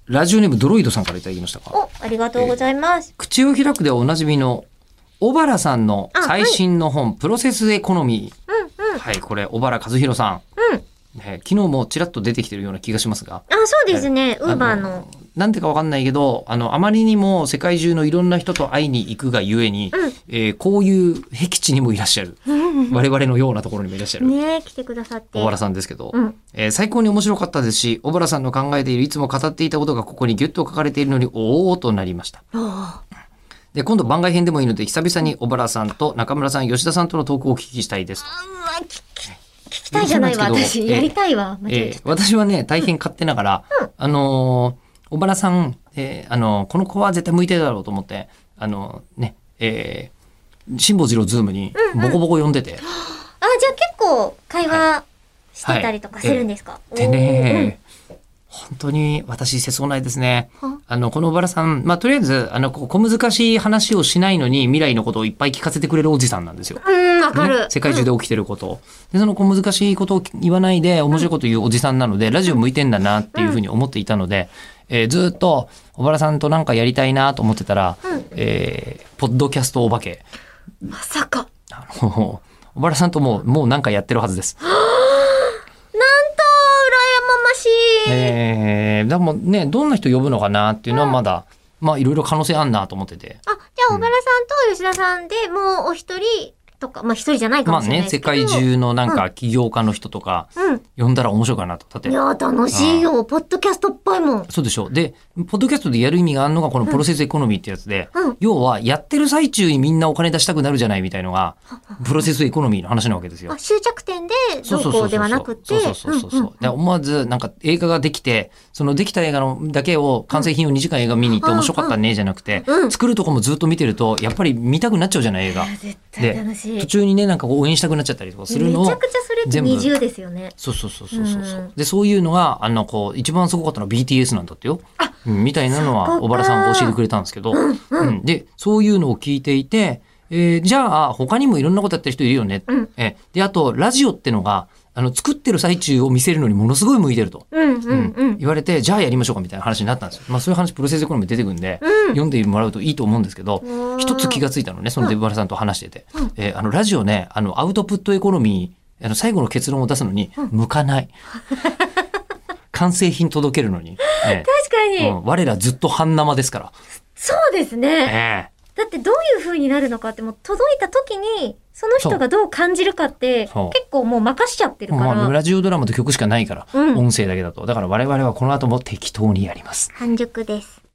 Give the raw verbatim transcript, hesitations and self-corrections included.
ラジオネームドロイドさんからいただきましたか。 お、ありがとうございます。 えー、口を開くでおなじみの小原さんの最新の本、はい、プロセスエコノミー。うんうん、はい、これ小原和弘さん。うん。ね、昨日もちらっと出てきてるような気がしますが。 あ、そうですね。ウーバーの。 なんてかわかんないけど、あの、あまりにも世界中のいろんな人と会いに行くがゆえに、うん、えー、こういう僻地にもいらっしゃる。我々のようなところにもいらっしゃる。 ね、来てくださって。 小原さんですけど、うん、えー、最高に面白かったですし、小原さんの考えているいつも語っていたことがここにギュッと書かれているのに、おーとなりました。で、今度番外編でもいいので、久々に小原さんと中村さん、吉田さんとのトークをお聞きしたいです。 聞きたいじゃないわ、私。やりたいわ。 えー、私はね、大変勝手ながら、うん、あのー、小原さん、えー、あのー、この子は絶対向いてるだろうと思って、あのー、ね、えー、辛坊治郎ズームにボコボコ呼んでて。うんうん、あ、じゃあ結構会話してたりとかするんですか？ はいはい、でね、うん、本当に私世相ないですね。あの、この小原さん、まあ、とりあえず、あの、小難しい話をしないのに未来のことをいっぱい聞かせてくれるおじさんなんですよ。 うん、わかる、 ね。世界中で起きてることを。で、その小難しいことを言わないで面白いこと言うおじさんなので、ラジオ向いてんだなっていうふうに思っていたので、うん、えー、ずっと小原さんとなんかやりたいなと思ってたら、うん、えー、ポッドキャストお化け。 まさか。 あの、小原さんともう、もうなんかやってるはずです。えー、でもね、どんな人呼ぶのかなっていうのはまだ、うん、まあいろいろ可能性あんなと思ってて。 あ、じゃあ小原さんと吉田さんでもうお一人とか、まあ一人じゃないかもしれないですけど。まあね、 世界中のなんか起業家の人とか、呼んだら面白いかなと。だって。 いや、楽しいよ。ポッドキャストっぽいもん。 そうでしょう。で、ポッドキャストでやる意味があるのがこのプロセスエコノミーってやつで、うん、要はやってる最中にみんなお金出したくなるじゃないみたいのが、プロセスエコノミーの話なわけですよ。 あ、終着点でどうこうではなくて。 そうそうそうそう。で、思わずなんか映画ができて、そのできた映画のだけを完成品をにじかん映画見に行って面白かったねじゃなくて、うん、作るとこもずっと見てると、やっぱり見たくなっちゃうじゃない映画。 絶対楽しい。 途中にね、なんか応援したくなっちゃったりとかするのを。 めちゃくちゃそれって二重ですよね。 そうそうそうそうそう。うん、で、そういうのが、あの、こう、一番すごかったのは ビーティーエス なんだってよ。あ、うん、みたいなのは小原さんが教えてくれたんですけど、うんうんうん、で、そういうのを聞いていて、えー、じゃあ他にもいろんなことやってる人いるよね。うん、えで、あと、ラジオってのが、あの、作ってる最中を見せるのにものすごい向いてると。うんうんうん、言われて、じゃあやりましょうかみたいな話になったんですよ。まあそういう話、プロセスエコノミー出てくるんで、うん、読んでもらうといいと思うんですけど、一つ気がついたのね、そのデブ原さんと話してて。うん、えー、あの、ラジオね、あの、アウトプットエコノミー、あの、最後の結論を出すのに、向かない。完成品届けるのに。 えー、確かに、うん。 我らずっと半生ですから。 そうですね。えーだってどういう風になるのかってもう届いた時にその人がどう感じるかって結構もう任しちゃってるから、 まあ、ラジオドラマと曲しかないから、うん、音声だけだとだから我々はこの後も適当にやります。 半熟です。